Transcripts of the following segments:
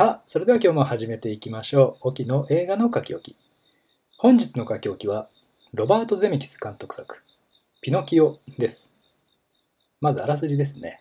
さあ、それでは今日も始めていきましょう。沖の映画の書き置き。本日の書き置きは、ロバート・ゼメキス監督作、ピノキオです。まずあらすじですね。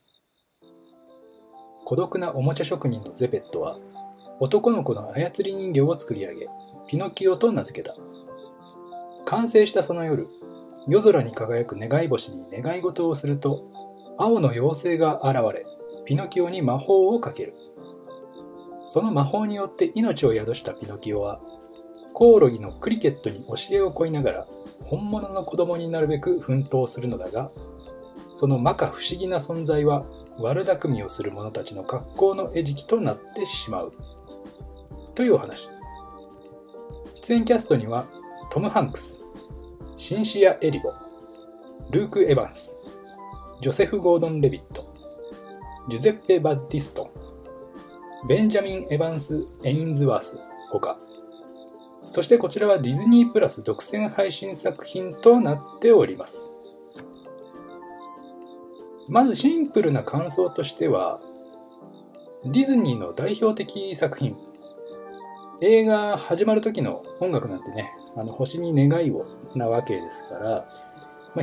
孤独なおもちゃ職人のゼペットは、男の子の操り人形を作り上げ、ピノキオと名付けた。完成したその夜、夜空に輝く願い星に願い事をすると、青の妖精が現れ、ピノキオに魔法をかける。その魔法によって命を宿したピノキオは、コオロギのクリケットに教えを請いながら本物の子供になるべく奮闘するのだが、その摩訶不思議な存在は悪巧みをする者たちの格好の餌食となってしまうというお話。出演キャストにはトム・ハンクス、シンシア・エリボ、ルーク・エヴァンス、ジョセフ・ゴードン・レビット、ジュゼッペ・バッティストン、ベンジャミン・エヴァンス・エインズワースほか。そしてこちらはディズニープラス独占配信作品となっております。まずシンプルな感想としては、ディズニーの代表的作品、映画始まる時の音楽なんてね、星に願いをなわけですから、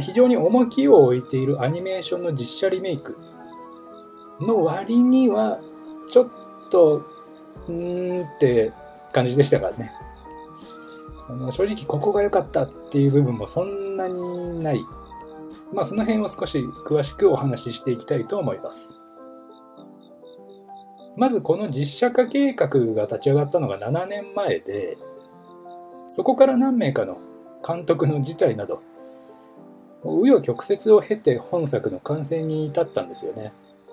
非常に重きを置いているアニメーションの実写リメイクの割にはちょっとって感じでしたからね。正直ここが良かったっていう部分もそんなにない。その辺を少し詳しくお話ししていきたいと思います。まずこの実写化計画が立ち上がったのが7年前で、そこから何名かの監督の辞退など紆余曲折を経て本作の完成に至ったんですよね。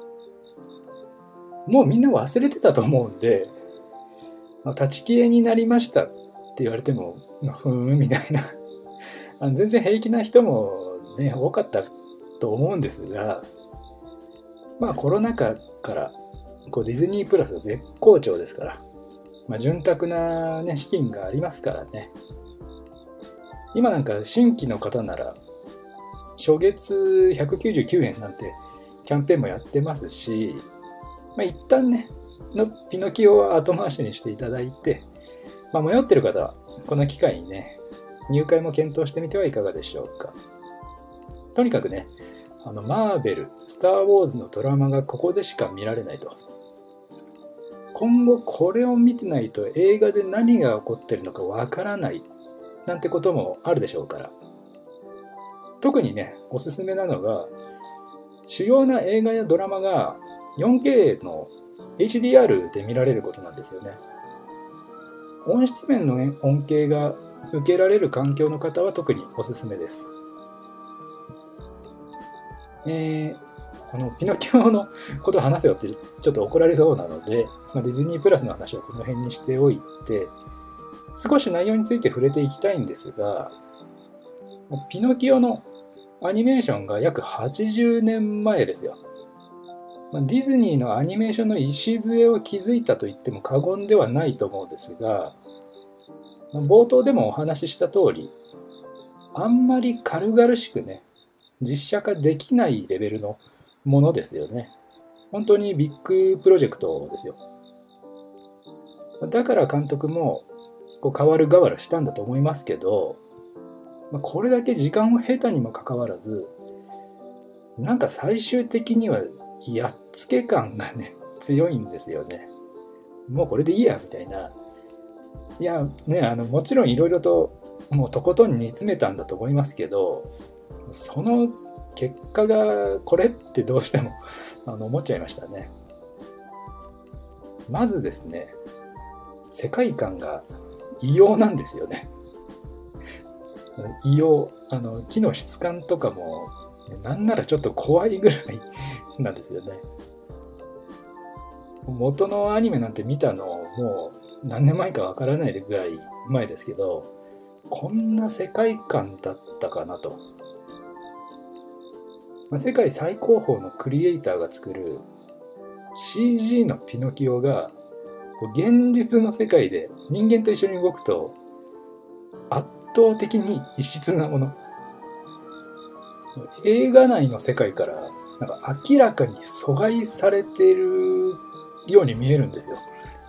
もうみんな忘れてたと思うんで、立ち消えになりましたって言われても、ふーんみたいな全然平気な人もね多かったと思うんですが、コロナ禍からディズニープラスは絶好調ですから、潤沢な、資金がありますからね。今なんか新規の方なら初月199円なんてキャンペーンもやってますし、一旦ねのピノキオは後回しにしていただいて、迷ってる方はこの機会にね入会も検討してみてはいかがでしょうか。とにかくね、マーベル、スター・ウォーズのドラマがここでしか見られないと。今後これを見てないと映画で何が起こってるのかわからないなんてこともあるでしょうから。特にねおすすめなのが、主要な映画やドラマが 4K の HDR で見られることなんですよね。音質面の恩恵が受けられる環境の方は特におすすめです。ピノキオのことを話せよってちょっと怒られそうなので、ディズニープラスの話はこの辺にしておいて、少し内容について触れていきたいんですが、ピノキオのアニメーションが約80年前ですよ。ディズニーのアニメーションの礎を築いたと言っても過言ではないと思うんですが、冒頭でもお話しした通り、あんまり軽々しくね実写化できないレベルのものですよね。本当にビッグプロジェクトですよ。だから監督も変わる変わるしたんだと思いますけど、これだけ時間を経たにもかかわらず、なんか最終的にはやっつけ感がね強いんですよね。もうこれでいいやみたいな。いやね、もちろんいろいろともうとことん煮詰めたんだと思いますけど、その結果がこれってどうしても思っちゃいましたね。まずですね、世界観が異様なんですよね。異様、木の質感とかもなんならちょっと怖いぐらいなんですよね。元のアニメなんて見たのもう何年前かわからないぐらい前ですけど、こんな世界観だったかなと。世界最高峰のクリエイターが作る CG のピノキオが現実の世界で人間と一緒に動くと圧倒的に異質なもの。映画内の世界から明らかに阻害されているように見えるんですよ。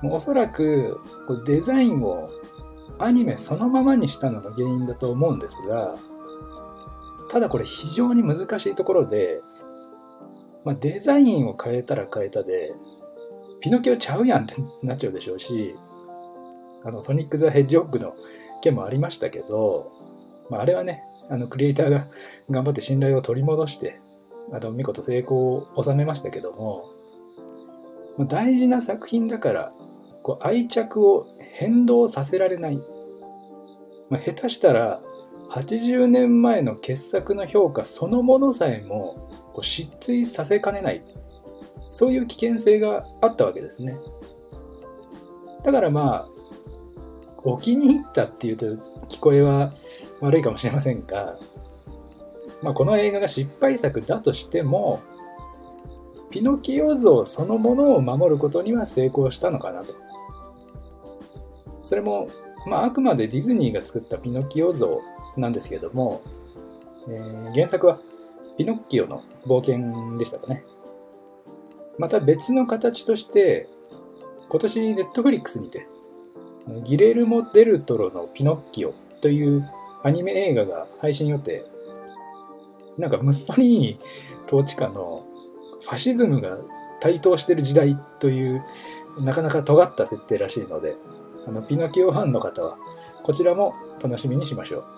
もうおそらくこうデザインをアニメそのままにしたのが原因だと思うんですが、ただこれ非常に難しいところで、デザインを変えたら変えたで、ピノキオちゃうやんってなっちゃうでしょうし、ソニック・ザ・ヘッジホッグの件もありましたけど、あれはね、クリエイターが頑張って信頼を取り戻して、見事成功を収めましたけども、大事な作品だからこう愛着を変動させられない、下手したら80年前の傑作の評価そのものさえもこう失墜させかねない、そういう危険性があったわけですね。だからお気に入ったっていうと聞こえは悪いかもしれませんが、この映画が失敗作だとしてもピノキオ像そのものを守ることには成功したのかなと。それも、あくまでディズニーが作ったピノキオ像なんですけれども、原作はピノッキオの冒険でしたかね。また別の形として今年ネットフリックスにてギレルモ・デルトロのピノッキオというアニメ映画が配信予定。なんかムッソリーニ統治下のファシズムが台頭している時代というなかなか尖った設定らしいので、ピノキオファンの方はこちらも楽しみにしましょう。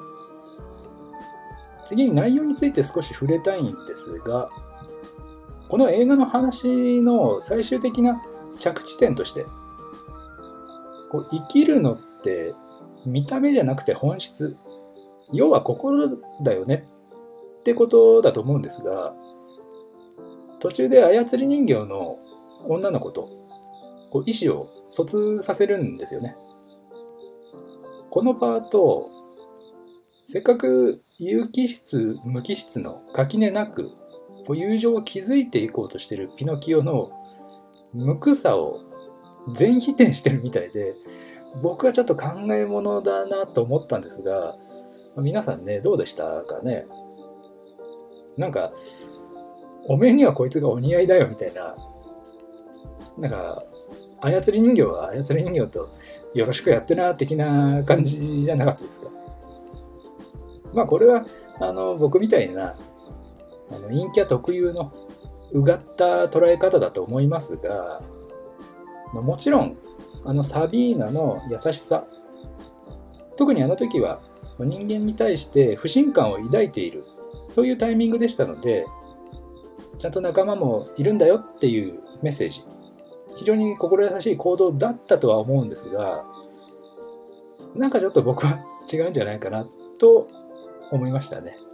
次に内容について少し触れたいんですが、この映画の話の最終的な着地点としてこう生きるのって見た目じゃなくて本質、要は心だよねってことだと思うんですが、途中で操り人形の女の子とこう意思を疎通させるんですよね。このパート、せっかく有機質無機質の垣根なくこう友情を築いていこうとしているピノキオの無垢さを全否定してるみたいで、僕はちょっと考えものだなと思ったんですが、皆さんね、どうでしたかね。なんかおめえにはこいつがお似合いだよみたいな、なんか操り人形は操り人形とよろしくやってな的な感じじゃなかったですか。これは僕みたいな陰キャ特有のうがった捉え方だと思いますが、もちろんサビーナの優しさ、特に時は人間に対して不信感を抱いている、そういうタイミングでしたので、ちゃんと仲間もいるんだよっていうメッセージ、非常に心優しい行動だったとは思うんですが、なんかちょっと僕は違うんじゃないかなと思いましたね。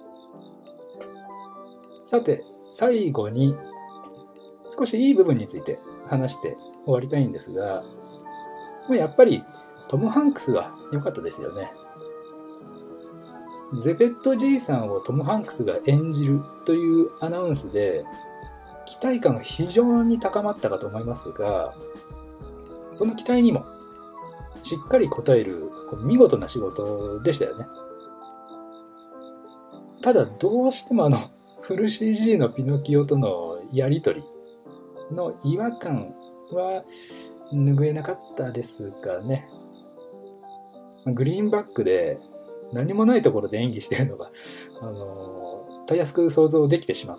さて最後に少しいい部分について話して終わりたいんですが、やっぱりトム・ハンクスは良かったですよね。ゼペットじいさんをトム・ハンクスが演じるというアナウンスで期待感が非常に高まったかと思いますが、その期待にもしっかり応える見事な仕事でしたよね。ただどうしてもフル CG のピノキオとのやり取りの違和感は拭えなかったですがね。グリーンバックで何もないところで演技しているのがたやすく想像できてしまって、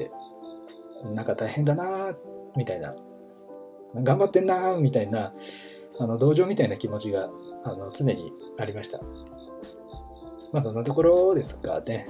なんか大変だなみたいな、頑張ってんなみたいな同情みたいな気持ちが常にありました。そんなところですかね。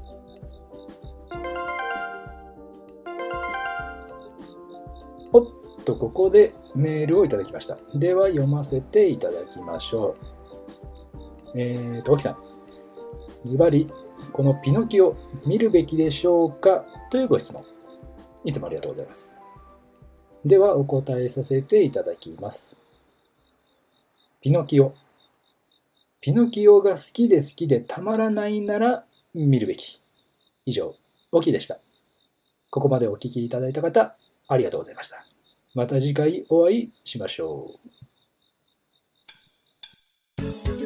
おっと、ここでメールをいただきました。では読ませていただきましょう。沖さん、ズバリこのピノキオ見るべきでしょうかというご質問、いつもありがとうございます。ではお答えさせていただきます。ピノキオが好きで好きでたまらないなら見るべき。以上、オキでした。ここまでお聞きいただいた方、ありがとうございました。また次回お会いしましょう。